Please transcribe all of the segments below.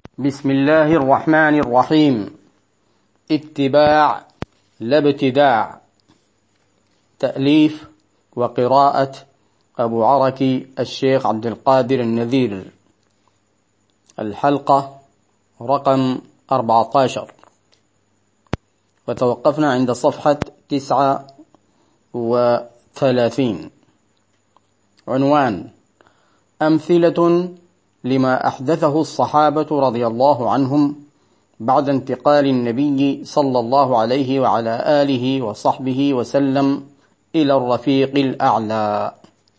بسم الله الرحمن الرحيم. اتباع لا ابتداع. تأليف وقراءة أبو عركي الشيخ عبد القادر النذير. الحلقة رقم 14، وتوقفنا عند صفحة 39. عنوان: أمثلة لما أحدثه الصحابة رضي الله عنهم بعد انتقال النبي صلى الله عليه وعلى آله وصحبه وسلم إلى الرفيق الأعلى.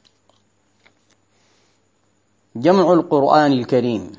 جمع القرآن الكريم.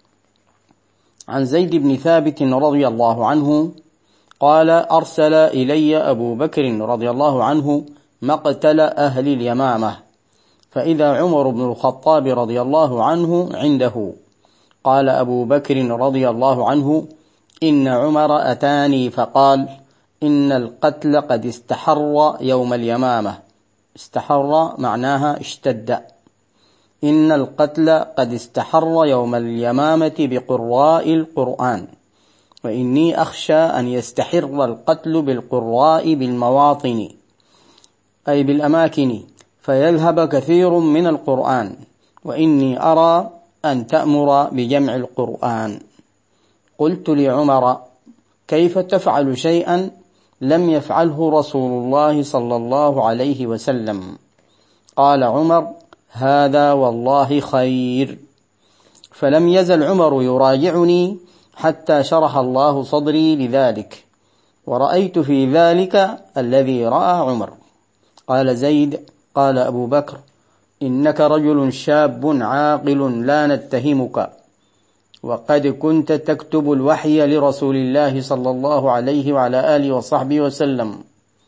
عن زيد بن ثابت رضي الله عنه قال: أرسل إلي أبو بكر رضي الله عنه مقتل أهل اليمامة، فإذا عمر بن الخطاب رضي الله عنه عنده. قال أبو بكر رضي الله عنه: إن عمر أتاني فقال: إن القتل قد استحر يوم اليمامة. استحر معناها اشتد. إن القتل قد استحر يوم اليمامة بقراء القرآن، وإني أخشى أن يستحر القتل بالقراء بالمواطن أي بالأماكن، فيذهب كثير من القرآن، وإني أرى أن تأمر بجمع القرآن. قلت لعمر: كيف تفعل شيئا لم يفعله رسول الله صلى الله عليه وسلم؟ قال عمر: هذا والله خير. فلم يزل عمر يراجعني حتى شرح الله صدري لذلك، ورأيت في ذلك الذي رأى عمر. قال زيد: قال أبو بكر: إنك رجل شاب عاقل لا نتهمك، وقد كنت تكتب الوحي لرسول الله صلى الله عليه وعلى آله وصحبه وسلم،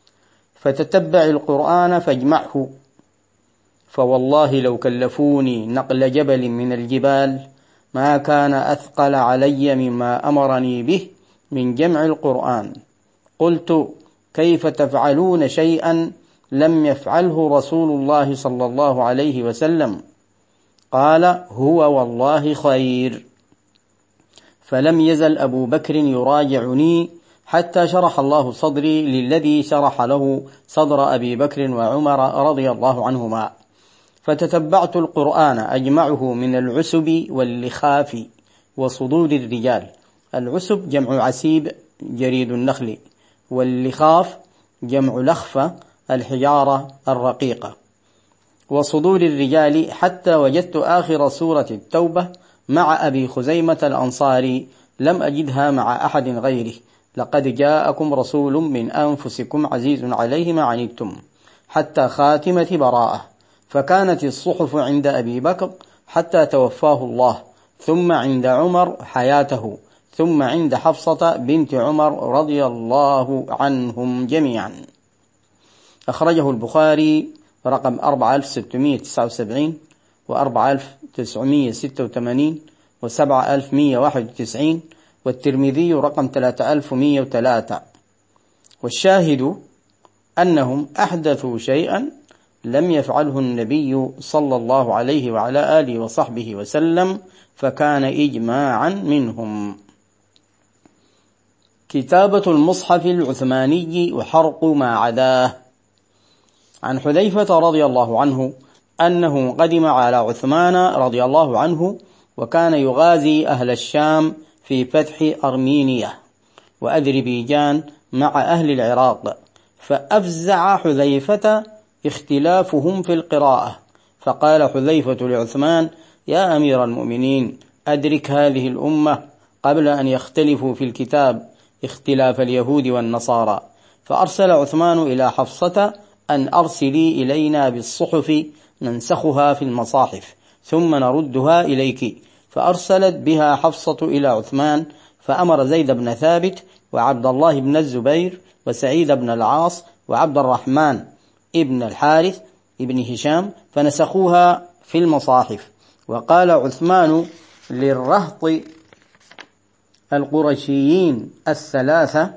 فتتبع القرآن فاجمعه، فوالله لو كلفوني نقل جبل من الجبال ما كان أثقل علي مما أمرني به من جمع القرآن. قلت: كيف تفعلون شيئا لم يفعله رسول الله صلى الله عليه وسلم؟ قال: هو والله خير. فلم يزل أبو بكر يراجعني حتى شرح الله صدري للذي شرح له صدر أبي بكر وعمر رضي الله عنهما، فتتبعت القرآن أجمعه من العسب واللخاف وصدور الرجال. العسب جمع عسيب جريد النخل، واللخاف جمع لخفة الحجارة الرقيقة. وصدور الرجال حتى وجدت آخر سورة التوبة مع أبي خزيمة الأنصاري، لم أجدها مع أحد غيره: لقد جاءكم رسول من أنفسكم عزيز عليه ما عنتم، حتى خاتمة براءة. فكانت الصحف عند أبي بكر حتى توفاه الله، ثم عند عمر حياته، ثم عند حفصة بنت عمر رضي الله عنهم جميعا. أخرجه البخاري رقم 4679 و4986 و7191، والترمذي رقم 3103. والشاهد أنهم أحدثوا شيئا لم يفعله النبي صلى الله عليه وعلى آله وصحبه وسلم، فكان إجماعا منهم. كتابة المصحف العثماني وحرق ما عداه. عن حذيفة رضي الله عنه أنه قدم على عثمان رضي الله عنه، وكان يغازي أهل الشام في فتح أرمينيا وأذربيجان مع أهل العراق، فأفزع حذيفة اختلافهم في القراءة، فقال حذيفة لعثمان: يا أمير المؤمنين، أدرك هذه الأمة قبل أن يختلفوا في الكتاب اختلاف اليهود والنصارى. فأرسل عثمان إلى حفصة أن أرسلي إلينا بالصحف ننسخها في المصاحف ثم نردها إليك. فأرسلت بها حفصة إلى عثمان، فأمر زيد بن ثابت وعبد الله بن الزبير وسعيد بن العاص وعبد الرحمن ابن الحارث ابن هشام فنسخوها في المصاحف. وقال عثمان للرهط القرشيين الثلاثة: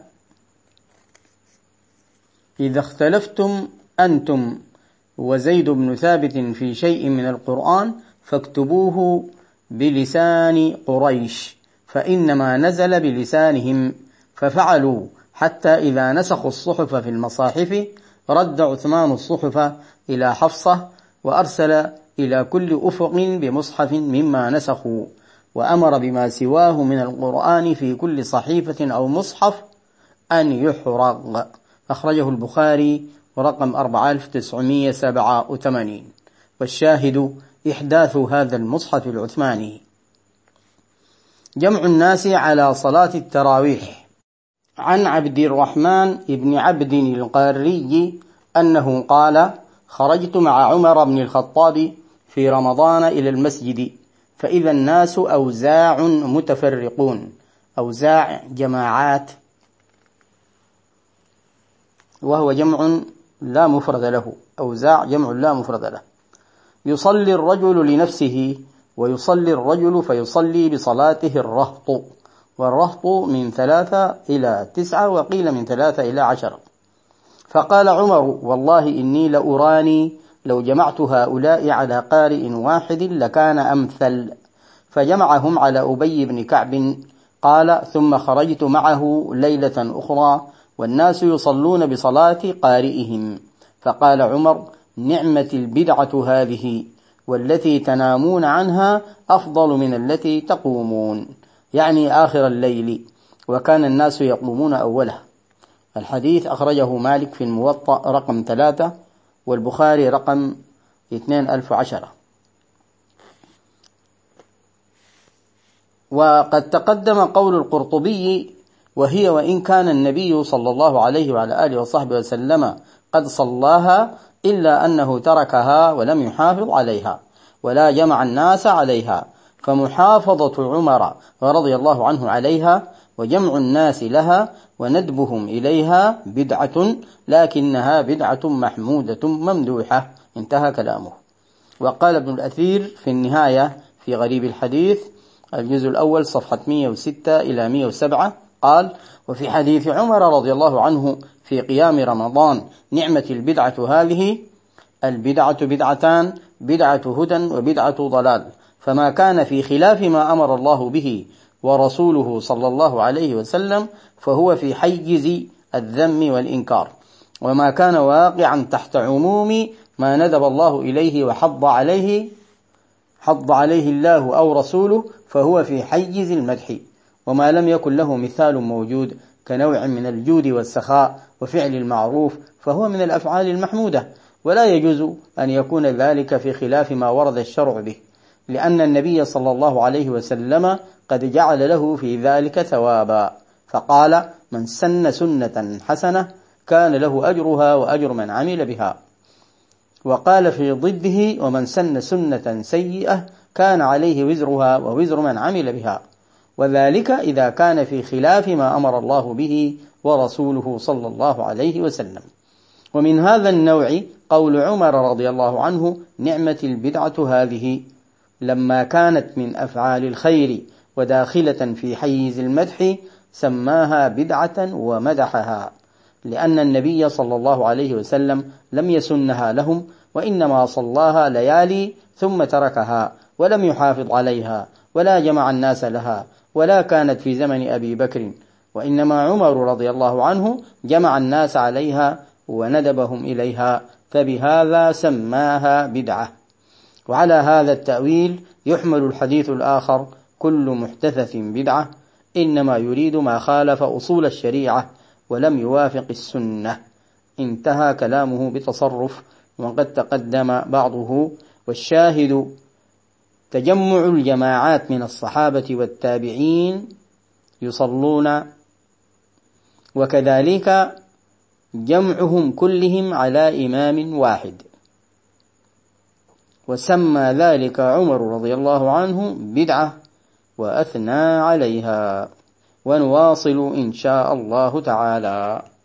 إذا اختلفتم أنتم وزيد بن ثابت في شيء من القرآن فاكتبوه بلسان قريش، فإنما نزل بلسانهم، ففعلوا حتى إذا نسخوا الصحف في المصاحف رد عثمان الصحف إلى حفصة، وأرسل إلى كل أفق بمصحف مما نسخوا، وأمر بما سواه من القرآن في كل صحيفة أو مصحف أن يحرق. أخرجه البخاري رقم 4987. والشاهد إحداث هذا المصحف العثماني. جمع الناس على صلاة التراويح. عن عبد الرحمن بن عبد القاري أنه قال: خرجت مع عمر بن الخطاب في رمضان إلى المسجد، فإذا الناس أوزاع متفرقون. أوزاع جماعات، وهو جمع لا مفرد له. أوزاع جمع لا مفرد له. يصلي الرجل لنفسه، ويصلي الرجل فيصلي بصلاته الرهط، والرهط من 3 إلى 9، وقيل من 3 إلى 10. فقال عمر: والله إني لأراني لو جمعت هؤلاء على قارئ واحد لكان أمثل. فجمعهم على أبي بن كعب. قال: ثم خرجت معه ليلة أخرى والناس يصلون بصلاة قارئهم، فقال عمر: نعمة البدعة هذه، والتي تنامون عنها أفضل من التي تقومون، يعني آخر الليل، وكان الناس يقومون أوله. الحديث أخرجه مالك في الموطأ رقم 3، والبخاري رقم 2010. وقد تقدم قول القرطبي: وهي وإن كان النبي صلى الله عليه وعلى آله وصحبه وسلم قد صلاها، إلا أنه تركها ولم يحافظ عليها ولا جمع الناس عليها، فمحافظة عمر رضي الله عنه عليها وجمع الناس لها وندبهم إليها بدعة، لكنها بدعة محمودة ممدوحة. انتهى كلامه. وقال ابن الأثير في النهاية في غريب الحديث الجزء الأول صفحة 106 إلى 107 قال: وفي حديث عمر رضي الله عنه في قيام رمضان: نعمة البدعة هذه. البدعة بدعتان: بدعة هدى وبدعة ضلال، فما كان في خلاف ما أمر الله به ورسوله صلى الله عليه وسلم فهو في حيز الذم والإنكار، وما كان واقعا تحت عموم ما ندب الله إليه وحض عليه الله أو رسوله فهو في حيز المدح، وما لم يكن له مثال موجود كنوع من الجود والسخاء وفعل المعروف فهو من الأفعال المحمودة، ولا يجوز أن يكون ذلك في خلاف ما ورد الشرع به، لأن النبي صلى الله عليه وسلم قد جعل له في ذلك ثوابا، فقال: من سن سنة حسنة كان له أجرها وأجر من عمل بها. وقال في ضده: ومن سن سنة سيئة كان عليه وزرها ووزر من عمل بها، وذلك إذا كان في خلاف ما أمر الله به ورسوله صلى الله عليه وسلم. ومن هذا النوع قول عمر رضي الله عنه: نعمة البدعة هذه، لما كانت من أفعال الخير وداخلة في حيز المدح سماها بدعة ومدحها، لأن النبي صلى الله عليه وسلم لم يسنها لهم، وإنما صلاها ليالي ثم تركها ولم يحافظ عليها ولا جمع الناس لها، ولا كانت في زمن أبي بكر، وإنما عمر رضي الله عنه جمع الناس عليها وندبهم إليها، فبهذا سماها بدعة. وعلى هذا التأويل يحمل الحديث الآخر: كل محدثة بدعة، إنما يريد ما خالف أصول الشريعة ولم يوافق السنة. انتهى كلامه بتصرف، وقد تقدم بعضه. والشاهد تجمع الجماعات من الصحابة والتابعين يصلون، وكذلك جمعهم كلهم على إمام واحد، وسمى ذلك عمر رضي الله عنه بدعة وأثنى عليها. ونواصل إن شاء الله تعالى.